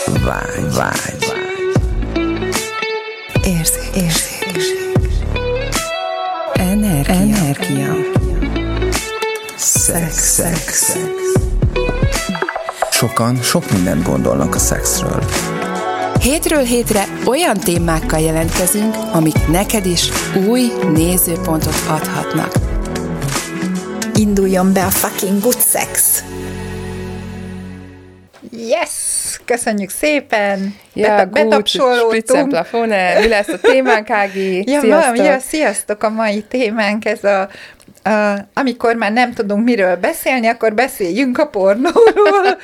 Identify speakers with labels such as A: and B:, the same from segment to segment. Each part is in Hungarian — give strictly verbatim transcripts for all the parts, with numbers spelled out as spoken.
A: Vágy, vágy,
B: érzék, érzék, energia, energia.
A: Szex, szex, szex. Sokan sok mindent gondolnak a szexről.
B: Hétről hétre olyan témákkal jelentkezünk, amik neked is új nézőpontot adhatnak.
C: Induljon be a fucking good sex! Yes! Köszönjük szépen!
D: Ja,
C: Bet- betapsolódtunk.
D: Plafone, mi lesz a témánk, Ági?
C: Ja,
D: sziasztok!
C: ja, sziasztok! A mai témánk ez a Uh, amikor már nem tudunk miről beszélni, akkor beszéljünk a pornóról.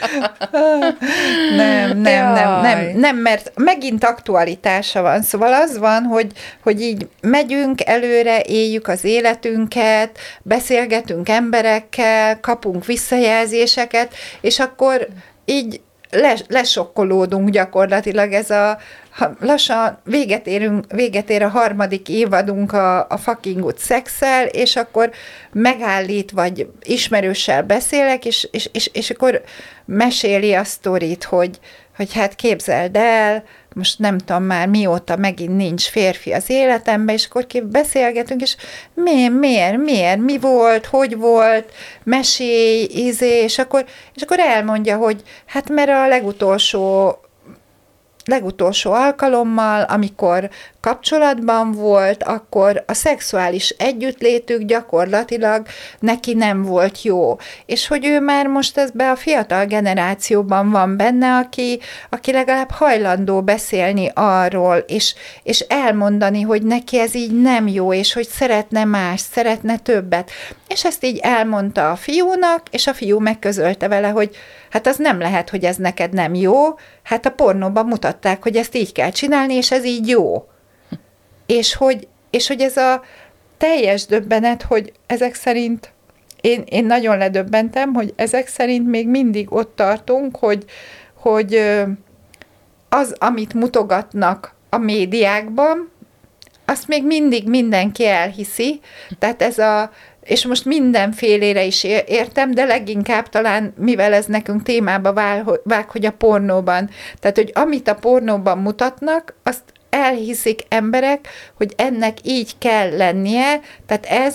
C: nem, nem, nem, nem, nem, mert megint aktualitása van. Szóval az van, hogy, hogy így megyünk előre, éljük az életünket, beszélgetünk emberekkel, kapunk visszajelzéseket, és akkor így les, lesokkolódunk gyakorlatilag. Ez a lassan véget érünk, véget ér a harmadik évadunk a, a fucking good szexszel, és akkor megállít, vagy ismerőssel beszélek, és, és, és, és akkor meséli a sztorit, hogy, hogy hát képzeld el, most nem tudom már mióta megint nincs férfi az életemben, és akkor beszélgetünk, és miért, miért, miért, mi volt, hogy volt, mesélj, izé, és akkor, és akkor elmondja, hogy hát mert a legutolsó legutolsó alkalommal, amikor kapcsolatban volt, akkor a szexuális együttlétük gyakorlatilag neki nem volt jó. És hogy ő már most ezben a fiatal generációban van benne, aki, aki legalább hajlandó beszélni arról, és, és elmondani, hogy neki ez így nem jó, és hogy szeretne más, szeretne többet. És ezt így elmondta a fiúnak, és a fiú megközölte vele, hogy hát az nem lehet, hogy ez neked nem jó, hát a pornóban mutatták, hogy ezt így kell csinálni, és ez így jó. És hogy, és hogy ez a teljes döbbenet, hogy ezek szerint, én, én nagyon ledöbbentem, hogy ezek szerint még mindig ott tartunk, hogy, hogy az, amit mutogatnak a médiákban, azt még mindig mindenki elhiszi, tehát ez a és most mindenfélére is értem, de leginkább talán, mivel ez nekünk témába vág, hogy a pornóban. Tehát, hogy amit a pornóban mutatnak, azt elhiszik emberek, hogy ennek így kell lennie, tehát ez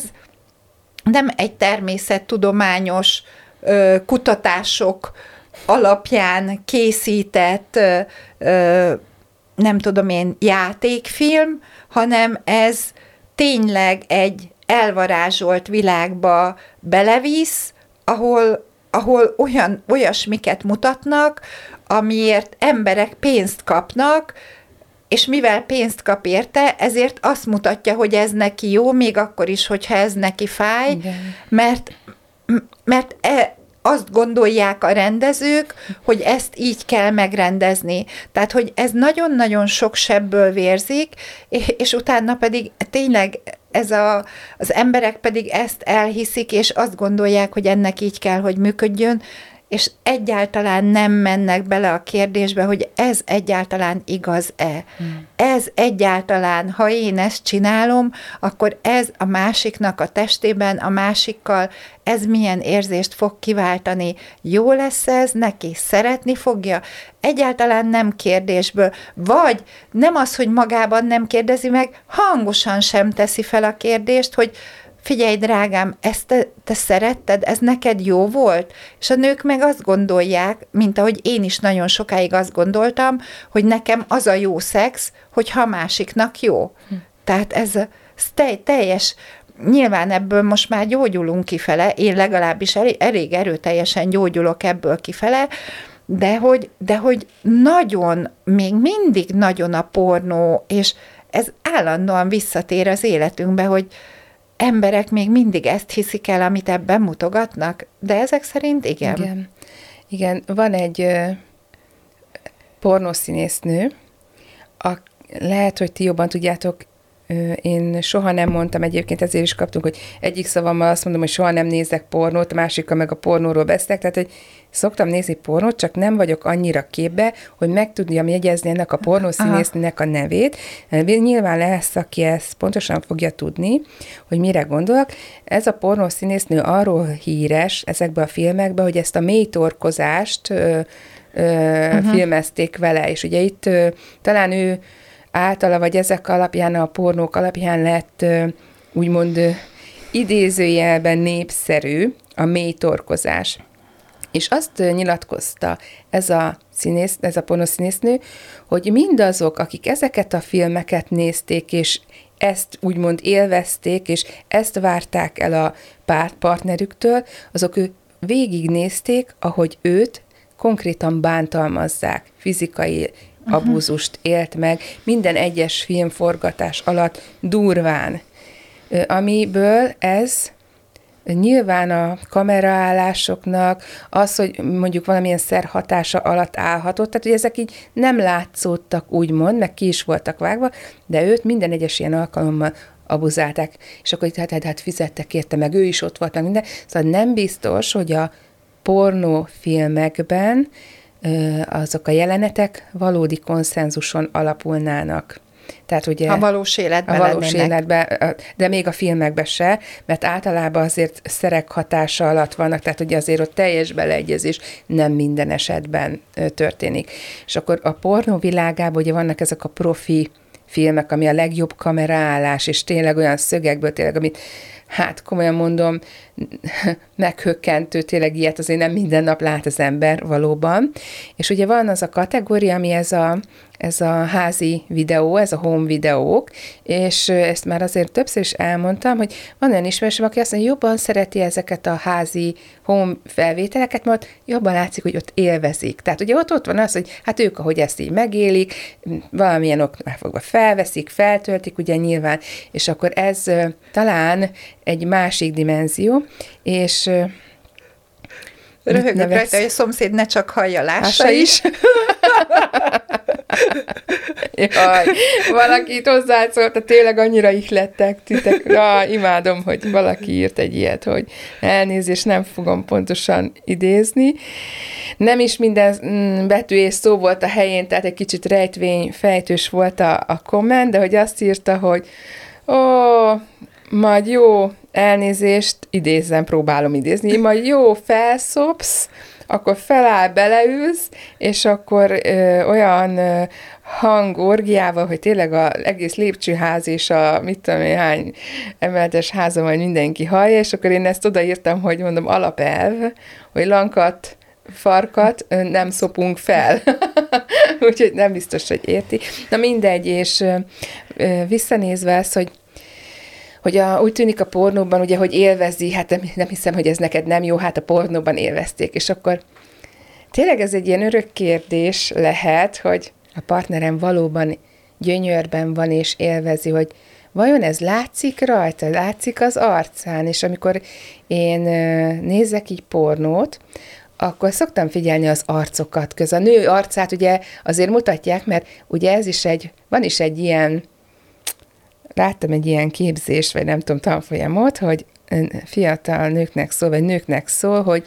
C: nem egy természettudományos ö, kutatások alapján készített, ö, ö, nem tudom én, játékfilm, hanem ez tényleg egy elvarázsolt világba belevisz, ahol, ahol olyan, olyasmiket mutatnak, amiért emberek pénzt kapnak, és mivel pénzt kap érte, ezért azt mutatja, hogy ez neki jó, még akkor is, hogyha ez neki fáj, igen. mert, mert e, azt gondolják a rendezők, hogy ezt így kell megrendezni. Tehát, hogy ez nagyon-nagyon sok sebből vérzik, és, és utána pedig tényleg ez a, az emberek pedig ezt elhiszik, és azt gondolják, hogy ennek így kell, hogy működjön, és egyáltalán nem mennek bele a kérdésbe, hogy ez egyáltalán igaz-e. Hmm. Ez egyáltalán, ha én ezt csinálom, akkor ez a másiknak a testében, a másikkal, ez milyen érzést fog kiváltani. Jó lesz ez neki? Szeretni fogja? Egyáltalán nem kérdésből. Vagy nem az, hogy magában nem kérdezi meg, hangosan sem teszi fel a kérdést, hogy figyelj, drágám, ezt te, te szeretted, ez neked jó volt? És a nők meg azt gondolják, mint ahogy én is nagyon sokáig azt gondoltam, hogy nekem az a jó szex, hogyha a másiknak jó. Hm. Tehát ez, ez te, teljes, nyilván ebből most már gyógyulunk kifele, én legalábbis elég, elég erőteljesen gyógyulok ebből kifele, de hogy, de hogy nagyon, még mindig nagyon a pornó, és ez állandóan visszatér az életünkbe, hogy emberek még mindig ezt hiszik el, amit ebben mutogatnak, de ezek szerint igen.
D: Igen, igen. Van egy uh, pornószínésznő, a, lehet, hogy ti jobban tudjátok, uh, én soha nem mondtam, egyébként ezért is kaptunk, hogy egyik szavammal azt mondom, hogy soha nem nézek pornót, a másikkal meg a pornóról beszélek, tehát, hogy szoktam nézni pornót, csak nem vagyok annyira képbe, hogy meg tudjam jegyezni ennek a pornószínésznőnek a nevét. Nyilván lesz, aki ezt pontosan fogja tudni, hogy mire gondolok. Ez a pornószínésznő arról híres ezekben a filmekben, hogy ezt a mélytorkozást uh-huh. filmezték vele, és ugye itt ö, talán ő általa, vagy ezek alapján, a pornók alapján lett ö, úgymond ö, idézőjelben népszerű a mély torkozás. És azt nyilatkozta ez a színész, ez a pornószínésznő, hogy mindazok, akik ezeket a filmeket nézték, és ezt úgymond élvezték, és ezt várták el a pár partnerüktől, azok ő végignézték, ahogy őt konkrétan bántalmazzák, fizikai abúzust élt meg, minden egyes filmforgatás alatt durván, amiből ez nyilván a kameraállásoknak az, hogy mondjuk valamilyen szer hatása alatt állhatott, tehát hogy ezek így nem látszódtak úgymond, meg ki is voltak vágva, de őt minden egyes ilyen alkalommal abuzálták, és akkor hát, hát, hát fizettek érte, meg ő is ott volt, meg minden. Szóval nem biztos, hogy a pornófilmekben azok a jelenetek valódi konszenzuson alapulnának. Tehát ugye
C: a valós életben
D: a valós
C: lennének.
D: életben, de még a filmekben se, mert általában azért szerek hatása alatt vannak, tehát ugye azért ott teljes beleegyezés nem minden esetben történik. És akkor a pornó világában ugye vannak ezek a profi filmek, ami a legjobb kameraállás, és tényleg olyan szögekből tényleg, amit hát komolyan mondom, meghökkentő, tényleg ilyet azért nem minden nap lát az ember valóban. És ugye van az a kategória, ami ez a, ez a házi videó, ez a home videók, és ezt már azért többször is elmondtam, hogy van olyan ismerősöm, aki azt mondja, jobban szereti ezeket a házi home felvételeket, mert jobban látszik, hogy ott élvezik. Tehát ugye ott, ott van az, hogy hát ők, ahogy ezt így megélik, valamilyen oknál fogva felveszik, feltöltik, ugye nyilván, és akkor ez talán egy másik dimenzió, és
C: röhögök rajta, hogy a szomszéd ne csak hallja, lássa,
D: lássa
C: is.
D: Jaj, valaki itt hozzászólt, tényleg annyira ihlettek titek. Na, imádom, hogy valaki írt egy ilyet, hogy elnézést, nem fogom pontosan idézni. Nem is minden betű és szó volt a helyén, tehát egy kicsit rejtvény, fejtős volt a, a komment, de hogy azt írta, hogy ó, majd jó, elnézést, idézem, próbálom idézni, majd jó, felszopsz, akkor feláll, beleülsz, és akkor ö, olyan ö, hangorgiával, hogy tényleg az egész lépcsőház és a mit tudom én hány emeletes háza majd mindenki hallja, és akkor én ezt odaírtam, hogy mondom alapelv, hogy lankat, farkat nem szopunk fel. Úgyhogy nem biztos, hogy érti. Na mindegy, és ö, ö, visszanézve ezt, hogy hogy a, úgy tűnik a pornóban, ugye, hogy élvezi, hát nem, nem hiszem, hogy ez neked nem jó, hát a pornóban élvezték, és akkor tényleg ez egy ilyen örök kérdés lehet, hogy a partnerem valóban gyönyörben van, és élvezi, hogy vajon ez látszik rajta, látszik az arcán, és amikor én nézek így pornót, akkor szoktam figyelni az arcokat köz. A nő arcát ugye azért mutatják, mert ugye ez is egy, van is egy ilyen, láttam egy ilyen képzést, vagy nem tudom, tanfolyamot, hogy fiatal nőknek szól, vagy nőknek szól, hogy,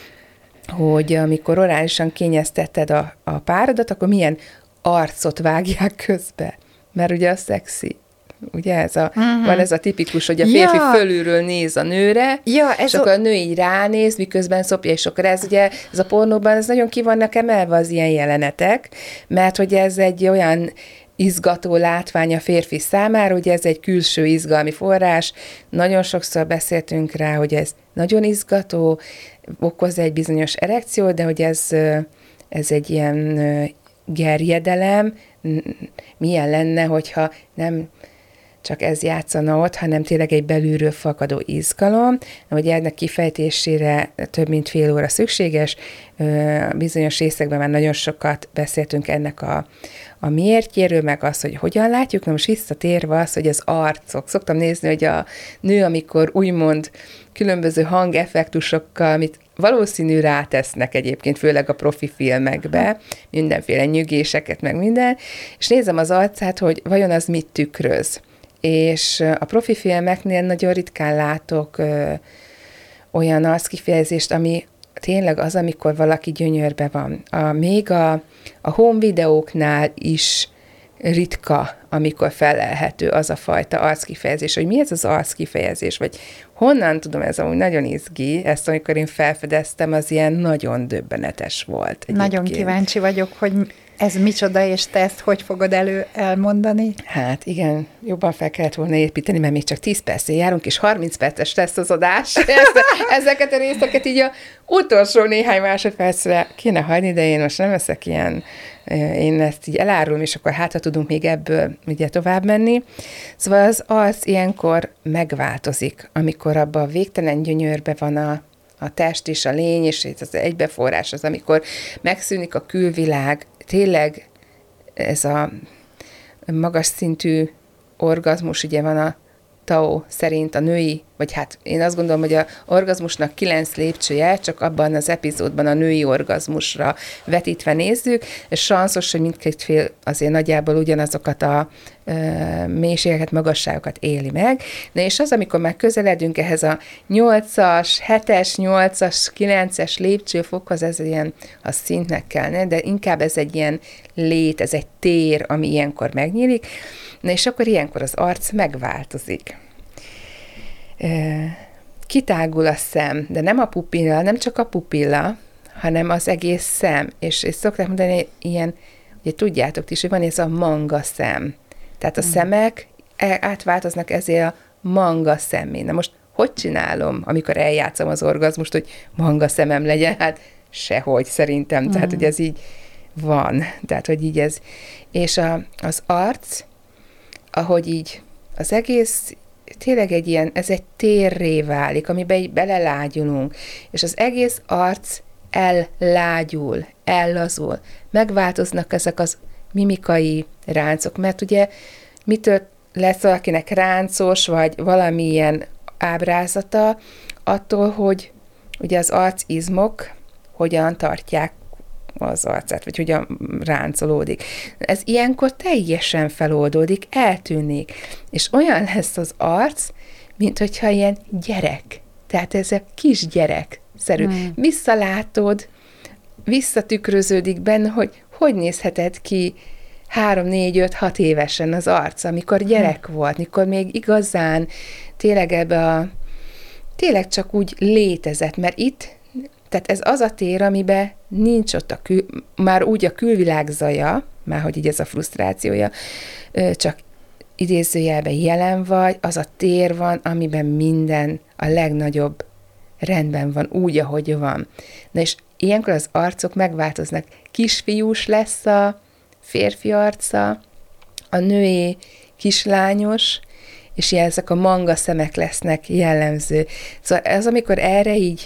D: hogy amikor orálisan kényeztetted a, a párodat, akkor milyen arcot vágják közbe. Mert ugye a szexi. Ugye ez a, uh-huh. van ez a tipikus, hogy a férfi ja. fölülről néz a nőre, ja, ez és a... akkor a nő így ránéz, miközben szopja, és akkor ez ugye, ez a pornóban, ez nagyon ki vannak emelve az ilyen jelenetek, mert hogy ez egy olyan izgató látvány a férfi számára, ugye ez egy külső izgalmi forrás, nagyon sokszor beszéltünk rá, hogy ez nagyon izgató, okoz egy bizonyos erekciót, de hogy ez, ez egy ilyen gerjedelem, milyen lenne, hogyha nem csak ez játszana ott, hanem tényleg egy belülről fakadó izgalom, hogy ennek kifejtésére több mint fél óra szükséges, bizonyos részekben már nagyon sokat beszéltünk ennek a, a miértjéről, meg az, hogy hogyan látjuk, na most visszatérve az, hogy az arcok. Szoktam nézni, hogy a nő, amikor úgymond különböző hangeffektusokkal, amit valószínű rátesznek egyébként, főleg a profi filmekbe, mindenféle nyügéseket, meg minden, és nézem az arcát, hogy vajon az mit tükröz. És a profi filmeknél nagyon ritkán látok ö, olyan arckifejezést, ami tényleg az, amikor valaki gyönyörbe van. A, még a, a home videóknál is ritka, amikor felelhető az a fajta arckifejezés, hogy mi ez az arckifejezés, vagy honnan tudom, ez amúgy nagyon izgi, ezt amikor én felfedeztem, az ilyen nagyon döbbenetes volt. Egyébként.
C: Nagyon kíváncsi vagyok, hogy ez micsoda, és te ezt hogy fogod elő elmondani?
D: Hát igen, jobban fel kellett volna építeni, mert még csak tíz percig járunk, és harminc perces lesz az adás. Ezeket a részeket így a utolsó néhány másodpercre kéne hagyni, de én most nem veszek ilyen, én ezt így elárulom, és akkor hát, ha tudunk még ebből ugye tovább menni. Szóval az arc ilyenkor megváltozik, amikor abban a végtelen gyönyörbe van a a test és a lény, és az egybeforrás az, amikor megszűnik a külvilág, tényleg ez a magas szintű orgazmus, ugye van a Tao szerint a női, vagy hát én azt gondolom, hogy a orgazmusnak kilenc lépcsője, csak abban az epizódban a női orgazmusra vetítve nézzük, és sanszos, hogy mindkét fél azért nagyjából ugyanazokat a e, mélységeket, magasságokat éli meg. Na és az, amikor már közeledünk ehhez a nyolcas, hetes, nyolcas, kilences lépcsőfokhoz, ez ilyen, a szintnek kellene, de inkább ez egy ilyen lét, ez egy tér, ami ilyenkor megnyílik. Na és akkor ilyenkor az arc megváltozik. Kitágul a szem, de nem a pupilla, nem csak a pupilla, hanem az egész szem. És, és szokták mondani, ilyen, ugye tudjátok is, hogy van ez a manga szem. Tehát a mm. szemek átváltoznak ezért a manga szemmé. Na most hogy csinálom, amikor eljátszom az orgazmust, hogy manga szemem legyen? Hát sehogy szerintem. Mm. Tehát, hogy ez így van. Tehát, hogy így ez. És a, az arc, ahogy így az egész tényleg egy ilyen, ez egy térré válik, amiben így belelágyulunk, és az egész arc ellágyul, ellazul. Megváltoznak ezek az mimikai ráncok, mert ugye mitől lesz valakinek ráncos, vagy valamilyen ábrázata, attól, hogy ugye az arcizmok hogyan tartják az arcát, vagy hogyan ráncolódik. Ez ilyenkor teljesen feloldódik, eltűnik, és olyan lesz az arc, mint hogyha ilyen gyerek. Tehát ez a kisgyerek-szerű. Hmm. Visszalátod, visszatükröződik benne, hogy hogy nézheted ki három, négy, öt, hat évesen az arc, amikor gyerek hmm. volt, mikor még igazán tényleg ebbe a tényleg csak úgy létezett, mert itt tehát ez az a tér, amiben nincs ott a kül, már úgy a külvilág zaja, már hogy így ez a frusztrációja, csak idézőjelben jelen vagy, az a tér van, amiben minden a legnagyobb rendben van, úgy, ahogy van. Na és ilyenkor az arcok megváltoznak. Kisfiús lesz a férfi arca, a női kislányos, és ilyen ezek a manga szemek lesznek jellemző. Szóval ez, amikor erre így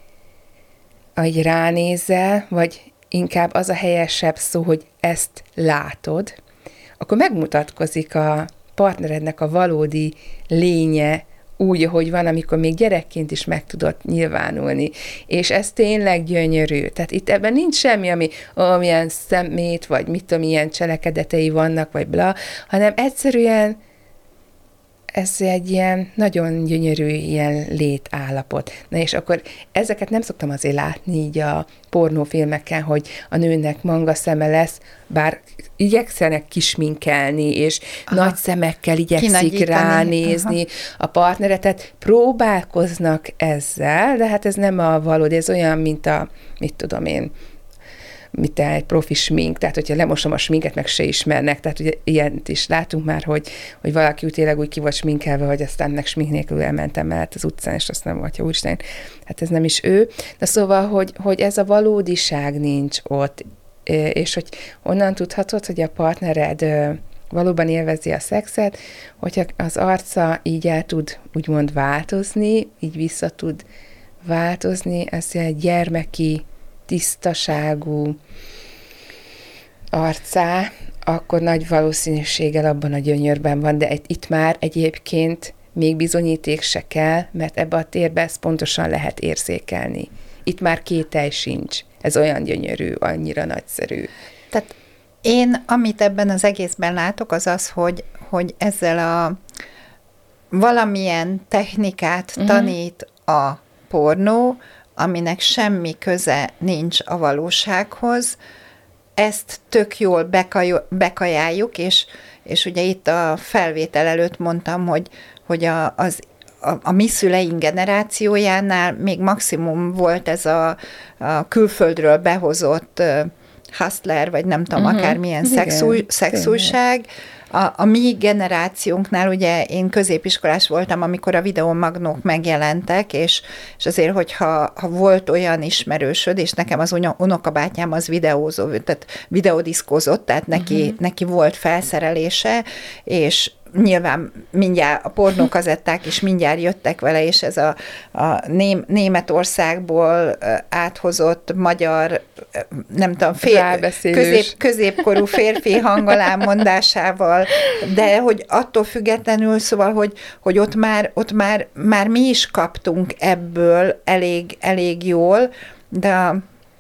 D: ahogy ránézel, vagy inkább az a helyesebb szó, hogy ezt látod, akkor megmutatkozik a partnerednek a valódi lénye úgy, ahogy van, amikor még gyerekként is meg tudott nyilvánulni. És ez tényleg gyönyörű. Tehát itt ebben nincs semmi, ami amilyen szemét, vagy mit tudom, ilyen cselekedetei vannak, vagy bla, hanem egyszerűen ez egy ilyen nagyon gyönyörű ilyen létállapot. Na és akkor ezeket nem szoktam azért látni így a pornófilmeken, hogy a nőnek manga szeme lesz, bár igyekszenek kisminkelni, és aha. nagy szemekkel igyekszik ránézni aha. a partneret, tehát próbálkoznak ezzel, de hát ez nem a valódi, ez olyan, mint a, mit tudom én, mint egy profi smink, tehát hogyha lemosom a sminket, meg se ismernek, tehát ugye ilyet is látunk már, hogy, hogy valaki úgy tényleg úgy ki volt sminkelve, hogy aztán meg smink nélkül elmentem mellett az utcán, és azt nem volt, hogy úristen, hát ez nem is ő. De szóval, hogy, hogy ez a valódiság nincs ott, és hogy onnan tudhatod, hogy a partnered valóban élvezi a szexet, hogyha az arca így el tud úgymond változni, így vissza tud változni, ez egy gyermeki tisztaságú arcá, akkor nagy valószínűséggel abban a gyönyörben van, de itt már egyébként még bizonyíték se kell, mert ebbe a térbe ezt pontosan lehet érzékelni. Itt már kételj sincs. Ez olyan gyönyörű, annyira nagyszerű.
C: Tehát én, amit ebben az egészben látok, az az, hogy, hogy ezzel a valamilyen technikát uh-huh. tanít a pornó, aminek semmi köze nincs a valósághoz, ezt tök jól bekaj- bekajáljuk, és, és ugye itt a felvétel előtt mondtam, hogy, hogy a, az A, a mi szüleink generációjánál még maximum volt ez a, a külföldről behozott uh, hustler, vagy nem tudom, uh-huh. akármilyen szexúj, szexújság. A, a mi generációnknál, ugye én középiskolás voltam, amikor a videómagnók megjelentek, és, és azért, hogyha ha volt olyan ismerősöd, és nekem az unokabátyám az videózó, tehát videódiszkózott, tehát neki, uh-huh. neki volt felszerelése, és nyilván mindjárt a pornókazetták is mindjárt jöttek vele, és ez a, a Ném, Németországból áthozott magyar, nem tudom, fér, közép, középkorú férfi hangalámmondásával, de hogy attól függetlenül, szóval, hogy, hogy ott, már, ott már, már mi is kaptunk ebből elég, elég jól, de a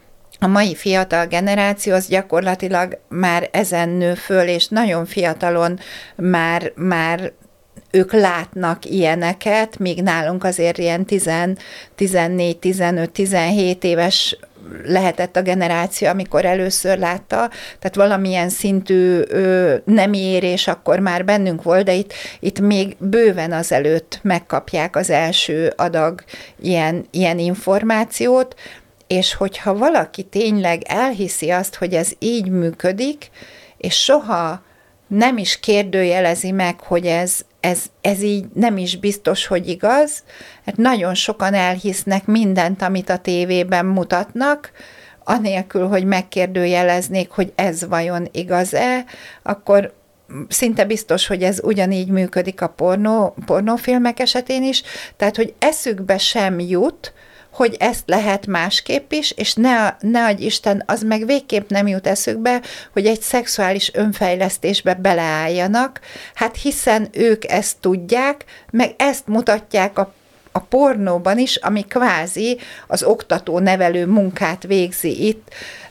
C: A mai fiatal generáció az gyakorlatilag már ezen nő föl, és nagyon fiatalon már, már ők látnak ilyeneket, míg nálunk azért ilyen tizennégy, tizenöt, tizenhét éves lehetett a generáció, amikor először látta, tehát valamilyen szintű ö, nemi érés akkor már bennünk volt, de itt, itt még bőven azelőtt megkapják az első adag ilyen, ilyen információt, és hogyha valaki tényleg elhiszi azt, hogy ez így működik, és soha nem is kérdőjelezi meg, hogy ez, ez, ez így nem is biztos, hogy igaz, mert nagyon sokan elhisznek mindent, amit a tévében mutatnak, anélkül, hogy megkérdőjeleznék, hogy ez vajon igaz-e, akkor szinte biztos, hogy ez ugyanígy működik a pornó, pornófilmek esetén is, tehát, hogy eszükbe sem jut, hogy ezt lehet másképp is, és ne, ne adj Isten, az meg végképp nem jut eszükbe, hogy egy szexuális önfejlesztésbe beleálljanak, hát hiszen ők ezt tudják, meg ezt mutatják a, a pornóban is, ami kvázi az oktató-nevelő munkát végzi itt,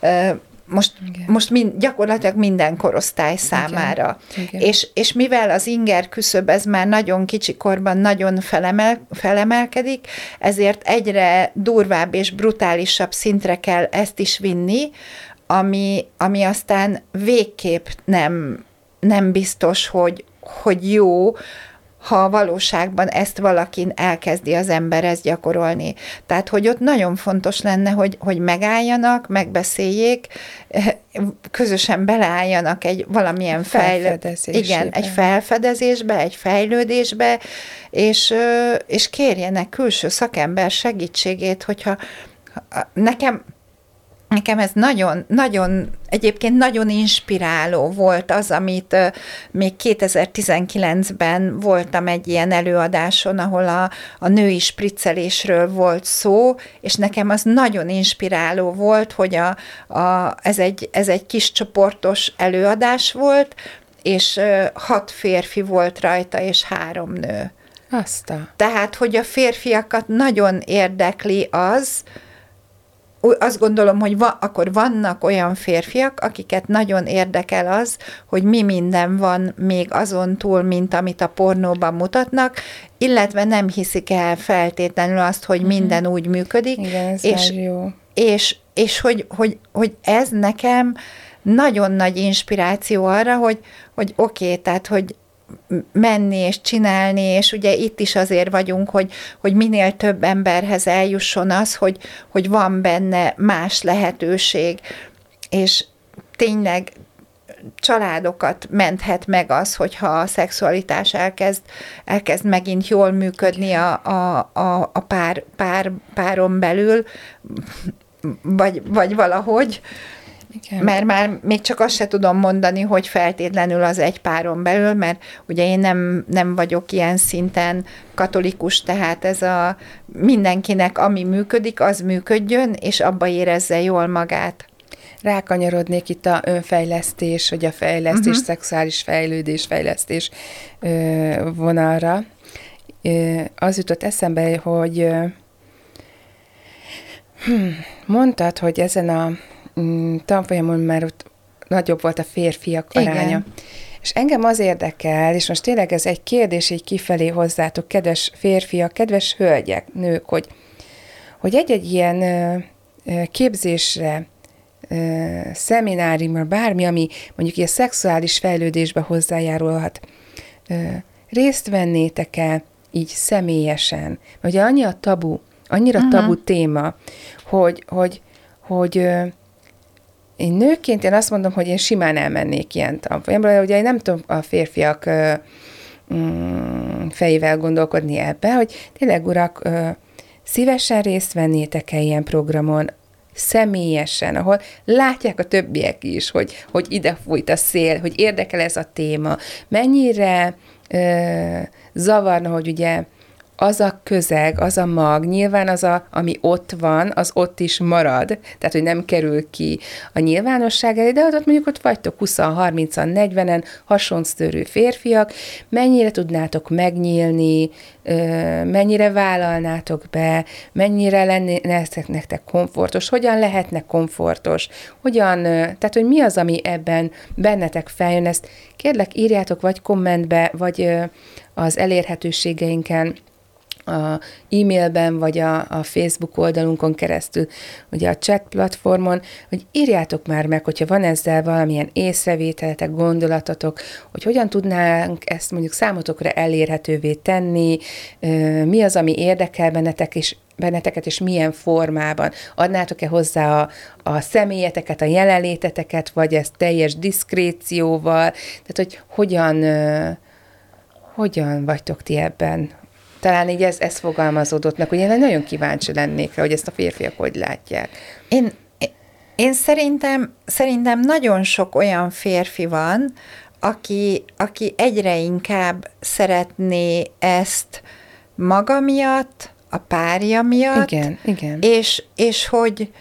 C: most, most mind, gyakorlatilag minden korosztály számára. Igen. Igen. És, és mivel az inger küszöb, ez már nagyon kicsi korban nagyon felemel, felemelkedik, ezért egyre durvább és brutálisabb szintre kell ezt is vinni, ami, ami aztán végképp nem, nem biztos, hogy, hogy jó, ha a valóságban ezt valakin elkezdi az ember ezt gyakorolni. Tehát, hogy ott nagyon fontos lenne, hogy, hogy megálljanak, megbeszéljék, közösen beleálljanak egy valamilyen fejlődésbe. Igen, egy felfedezésbe, egy fejlődésbe, és, és kérjenek külső szakember segítségét, hogyha nekem Nekem ez nagyon, nagyon, egyébként nagyon inspiráló volt az, amit uh, még kétezer-tizenkilencben voltam egy ilyen előadáson, ahol a, a női spriccelésről volt szó, és nekem az nagyon inspiráló volt, hogy a, a, ez, egy, ez egy kis csoportos előadás volt, és uh, hat férfi volt rajta, és három nő.
D: Azt a...
C: Tehát, hogy a férfiakat nagyon érdekli az, azt gondolom, hogy va, akkor vannak olyan férfiak, akiket nagyon érdekel az, hogy mi minden van még azon túl, mint amit a pornóban mutatnak, illetve nem hiszik el feltétlenül azt, hogy minden úgy működik.
D: Igen, ez
C: és,
D: jó.
C: És, és hogy, hogy, hogy ez nekem nagyon nagy inspiráció arra, hogy, hogy oké, okay, tehát, hogy menni és csinálni, és ugye itt is azért vagyunk, hogy, hogy minél több emberhez eljusson az, hogy, hogy van benne más lehetőség, és tényleg családokat menthet meg az, hogyha a szexualitás elkezd, elkezd megint jól működni a, a, a, a pár, pár, páron belül, vagy, vagy valahogy. Igen. Mert már még csak azt se tudom mondani, hogy feltétlenül az egy páron belül, mert ugye én nem, nem vagyok ilyen szinten katolikus, tehát ez a mindenkinek, ami működik, az működjön, és abba érezze jól magát.
D: Rákanyarodnék itt a önfejlesztés, vagy a fejlesztés, uh-huh. szexuális fejlődés, fejlesztés ö, vonalra. Ö, az jutott eszembe, hogy ö, hm, mondtad, hogy ezen a tanfolyamon már ott nagyobb volt a férfiak aránya. Igen. És engem az érdekel, és most tényleg ez egy kérdés így kifelé hozzátok, kedves férfiak, kedves hölgyek, nők, hogy, hogy egy-egy ilyen képzésre ö, szemináriumra, bármi, ami mondjuk ilyen szexuális fejlődésbe hozzájárulhat, ö, részt vennétek-e így személyesen? Ugye annyi a tabu, annyira uh-huh. tabu téma, hogy, hogy, hogy ö, én nőként én azt mondom, hogy én simán elmennék ilyen tanfolyamra, ugye én nem tudom a férfiak ö, mm, fejével gondolkodni ebbe, hogy tényleg urak, ö, szívesen részt vennétek-e ilyen programon, személyesen, ahol látják a többiek is, hogy, hogy ide fújt a szél, hogy érdekel ez a téma, mennyire ö, zavarna, hogy ugye az a közeg, az a mag, nyilván az, a, ami ott van, az ott is marad, tehát, hogy nem kerül ki a nyilvánosság elé, de ott mondjuk ott vagytok húszan, harmincan, negyvenen, hasonszörű férfiak, mennyire tudnátok megnyílni, mennyire vállalnátok be, mennyire lenne nektek komfortos, hogyan lehetne komfortos, hogyan, tehát, hogy mi az, ami ebben bennetek feljön, ezt kérlek írjátok vagy kommentbe, vagy az elérhetőségeinken, a e-mailben, vagy a, a Facebook oldalunkon keresztül, ugye a chat platformon, hogy írjátok már meg, hogyha van ezzel valamilyen észrevételetek, gondolatotok, hogy hogyan tudnánk ezt mondjuk számotokra elérhetővé tenni, mi az, ami érdekel bennetek, és benneteket, és milyen formában. Adnátok-e hozzá a, a személyeteket, a jelenléteteket, vagy ezt teljes diszkrécióval, tehát hogy hogyan, hogyan vagytok ti ebben? Talán így ez, ez fogalmazódott meg, hogy én nagyon kíváncsi lennék rá, hogy ezt a férfiak hogy látják.
C: Én, én szerintem, szerintem nagyon sok olyan férfi van, aki, aki egyre inkább szeretné ezt maga miatt, a párja miatt.
D: Igen, igen.
C: És, és hogy,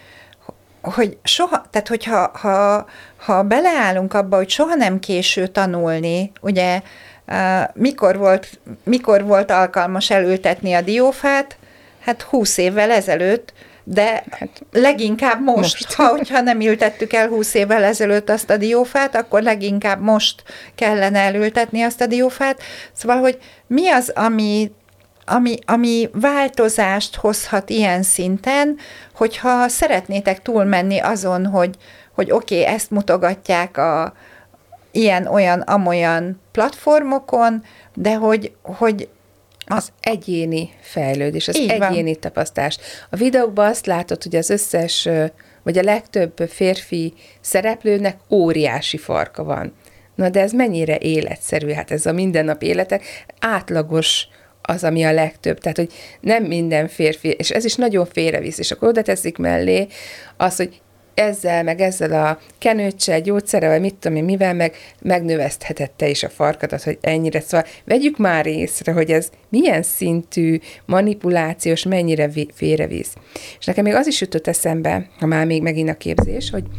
C: hogy soha, tehát hogyha ha, ha beleállunk abba, hogy soha nem késő tanulni, ugye, Uh, mikor volt, mikor volt alkalmas elültetni a diófát? Hát húsz évvel ezelőtt, de hát leginkább most, most. Ha, hogyha nem ültettük el húsz évvel ezelőtt azt a diófát, akkor leginkább most kellene elültetni azt a diófát. Szóval, hogy mi az, ami, ami, ami változást hozhat ilyen szinten, hogyha szeretnétek túlmenni azon, hogy, hogy oké, okay, ezt mutogatják a ilyen, olyan, amolyan platformokon, de hogy, hogy
D: az egyéni fejlődés, az egyéni tapasztás. A videókban azt látod, hogy az összes, vagy a legtöbb férfi szereplőnek óriási farka van. Na de ez mennyire életszerű? Hát ez a mindennap életek átlagos az, ami a legtöbb. Tehát, hogy nem minden férfi, és ez is nagyon félrevisz, és akkor oda teszik mellé az, hogy ezzel, meg ezzel a kenőccsel, gyógyszerrel, vagy mit tudom én, mivel meg megnöveszthette is a farkadat, hogy ennyire. Szóval vegyük már észre, hogy ez milyen szintű manipulációs, mennyire félrevisz. És nekem még az is jutott eszembe, ha már még megint a képzés, hogy,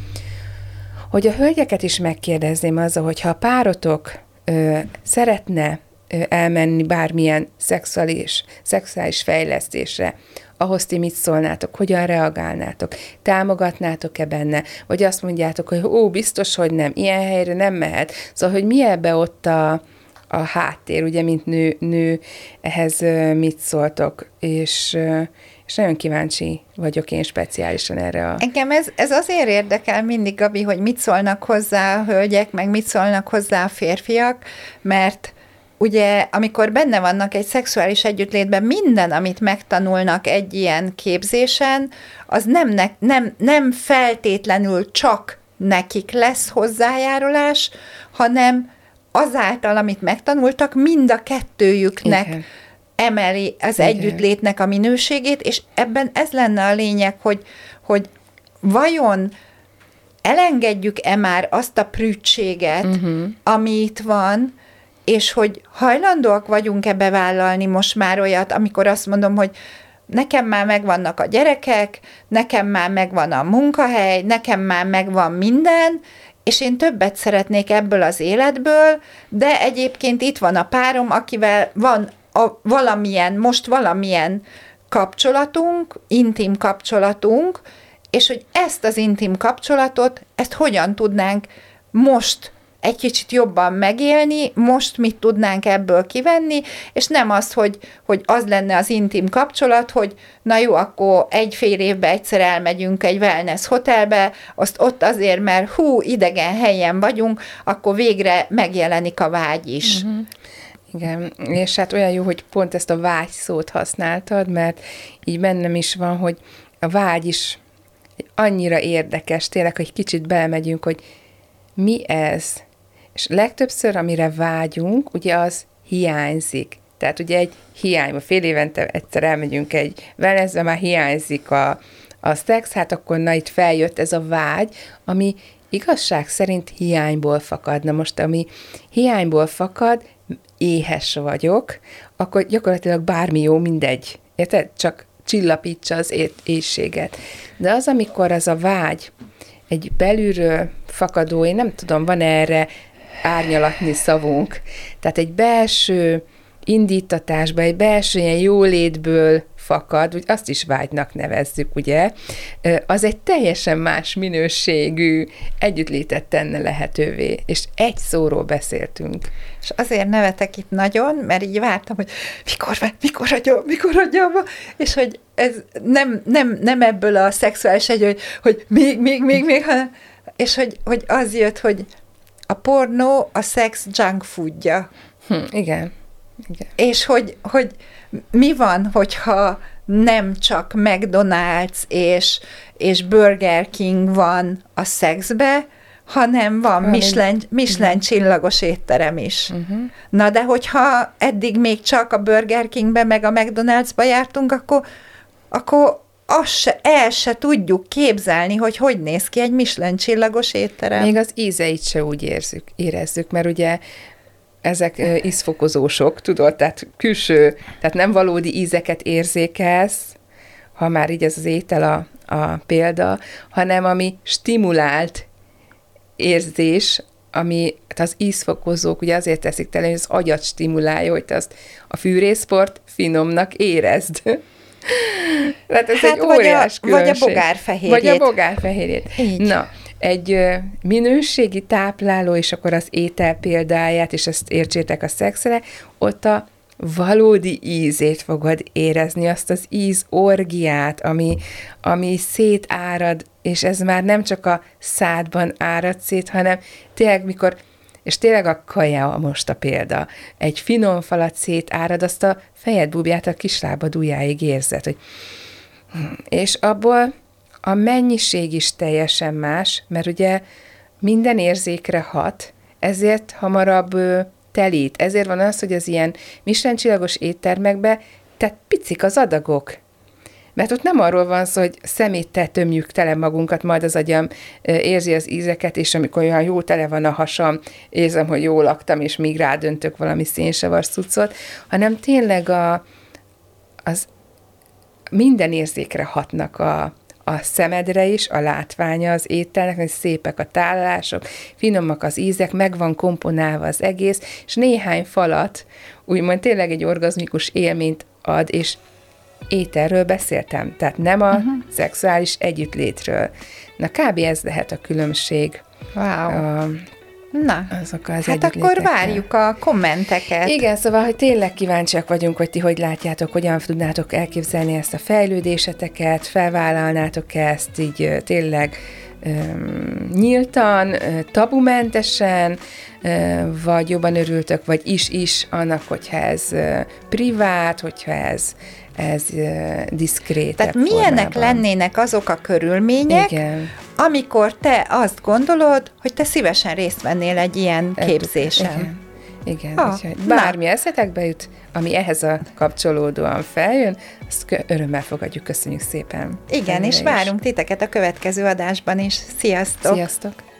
D: hogy a hölgyeket is megkérdezném azzal, hogyha a párotok ö, szeretne ö, elmenni bármilyen szexuális, szexuális fejlesztésre, ahhoz ti mit szólnátok, hogyan reagálnátok, támogatnátok-e benne, vagy azt mondjátok, hogy ó, biztos, hogy nem, ilyen helyre nem mehet. Szóval, hogy mi ebbe ott a, a háttér, ugye, mint nő, nő ehhez mit szóltok, és, és nagyon kíváncsi vagyok én speciálisan erre a...
C: Engem ez, ez azért érdekel mindig, Gabi, hogy mit szólnak hozzá a hölgyek, meg mit szólnak hozzá a férfiak, mert ugye, amikor benne vannak egy szexuális együttlétben, minden, amit megtanulnak egy ilyen képzésen, az nem, ne, nem, nem feltétlenül csak nekik lesz hozzájárulás, hanem azáltal, amit megtanultak, mind a kettőjüknek Igen. emeli az Igen. együttlétnek a minőségét, és ebben ez lenne a lényeg, hogy, hogy vajon elengedjük-e már azt a prűdséget, uh-huh. ami itt van, és hogy hajlandóak vagyunk-e bevállalni most már olyat, amikor azt mondom, hogy nekem már megvannak a gyerekek, nekem már megvan a munkahely, nekem már megvan minden, és én többet szeretnék ebből az életből, de egyébként itt van a párom, akivel van a valamilyen, most valamilyen kapcsolatunk, intim kapcsolatunk, és hogy ezt az intim kapcsolatot, ezt hogyan tudnánk most egy kicsit jobban megélni, most mit tudnánk ebből kivenni, és nem az, hogy, hogy az lenne az intim kapcsolat, hogy na jó, akkor egy fél évben egyszer elmegyünk egy wellness hotelbe, azt ott azért, mert hú, idegen helyen vagyunk, akkor végre megjelenik a vágy is.
D: Uh-huh. Igen, és hát olyan jó, hogy pont ezt a vágy szót használtad, mert így bennem is van, hogy a vágy is annyira érdekes, tényleg, hogy kicsit belemegyünk, hogy mi ez. És legtöbbször, amire vágyunk, ugye az hiányzik. Tehát ugye egy hiány, fél évente egyszer elmegyünk egy wellnessbe, már hiányzik a, a szex, hát akkor na itt feljött ez a vágy, ami igazság szerint hiányból fakad. Na most, ami hiányból fakad, éhes vagyok, akkor gyakorlatilag bármi jó, mindegy. Érted? Csak csillapítsa az éhséget. De az, amikor az a vágy egy belülről fakadó, én nem tudom, van erre árnyalatni szavunk. Tehát egy belső indítatásba, egy belső ilyen jólétből fakad, úgy azt is vágynak nevezzük, ugye, az egy teljesen más minőségű együttlétet tenne lehetővé, és egy szóról beszéltünk.
C: És azért nevetek itt nagyon, mert így vártam, hogy mikor, mikor adja, mikor adja, és hogy ez nem, nem, nem ebből a szexuális egy, hogy, hogy még, még, még, még, hanem, és hogy, hogy az jött, hogy a pornó a szex junk foodja.
D: Hm, igen. Igen.
C: És hogy, hogy mi van, hogyha nem csak McDonald's és, és Burger King van a szexbe, hanem van Michelin, Michelin csillagos étterem is. Uh-huh. Na de hogyha eddig még csak a Burger Kingbe meg a McDonald'sba jártunk, akkor, akkor azt se, el se tudjuk képzelni, hogy hogy néz ki egy Michelin csillagos étterem.
D: Még az ízeit se úgy érzük, érezzük, mert ugye ezek ízfokozósok, tudod, tehát külső, tehát nem valódi ízeket érzékelsz, ha már így ez az étel a, a példa, hanem ami stimulált érzés, ami az ízfokozók ugye azért teszik tele, hogy az agyat stimulálja, hogy te azt a fűrészport finomnak érezd. Tehát ez hát egy óriás
C: a, különbség. Vagy a bogárfehérjét.
D: Vagy a bogárfehérjét. Így. Na, egy minőségi tápláló, és akkor az étel példáját, és ezt értsétek a szexre, ott a valódi ízét fogod érezni, azt az íz orgiát, ami, ami szétárad, és ez már nem csak a szádban árad szét, hanem tényleg mikor, és tényleg a kaja most a példa, egy finom falat szétárad, azt a fejed búbját a kislábad ujjáig érzed, hogy és abból a mennyiség is teljesen más, mert ugye minden érzékre hat, ezért hamarabb telít. Ezért van az, hogy az ilyen Michelin csillagos éttermekben, tehát picik az adagok. Mert ott nem arról van szó, hogy szeméttel tömjük tele magunkat, majd az agyam érzi az ízeket, és amikor olyan jó tele van a hasam, érzem, hogy jól laktam, és még rádöntök valami szénsavas cuccot, hanem tényleg a, az minden érzékre hatnak a, a szemedre is, a látványa az ételnek, hogy szépek a tálalások, finomak az ízek, meg van komponálva az egész, és néhány falat úgymond tényleg egy orgazmikus élményt ad, és ételről beszéltem, tehát nem a uh-huh. szexuális együttlétről. Na, kb. Ez lehet a különbség.
C: Wow.
D: A,
C: Na,
D: azok az
C: hát akkor várjuk a kommenteket.
D: Igen, szóval, hogy tényleg kíváncsiak vagyunk, hogy ti hogy látjátok, hogyan tudnátok elképzelni ezt a fejlődéseteket, felvállalnátok ezt így tényleg um, nyíltan, tabumentesen, uh, vagy jobban örültök, vagy is-is annak, hogyha ez uh, privát, hogyha ez ez uh, diszkrétebb
C: Tehát milyenek
D: formában
C: lennének azok a körülmények,
D: igen.
C: amikor te azt gondolod, hogy te szívesen részt vennél egy ilyen képzésen.
D: Igen. Igen,
C: Ha,
D: úgyhogy bármi eszetekbe jut, ami ehhez a kapcsolódóan feljön, azt örömmel fogadjuk, köszönjük szépen.
C: Igen,
D: Ennyire
C: és
D: is.
C: várunk titeket a következő adásban is. Sziasztok!
D: Sziasztok!